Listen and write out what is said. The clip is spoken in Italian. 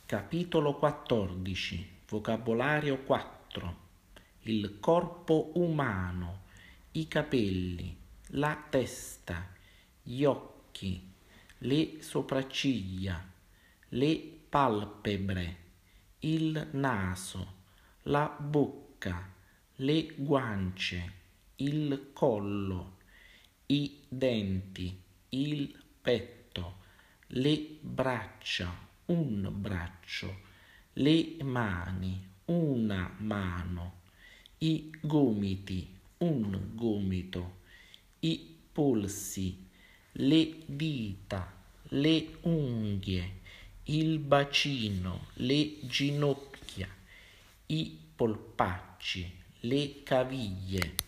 Capitolo 14. Vocabolario 4. Il corpo umano, i capelli, la testa, gli occhi, le sopracciglia, le palpebre, il naso, la bocca, le guance, il collo, i denti, il petto, le braccia, un braccio, le mani, una mano, i gomiti, un gomito, i polsi, le dita, le unghie, il bacino, le ginocchia, i polpacci, le caviglie.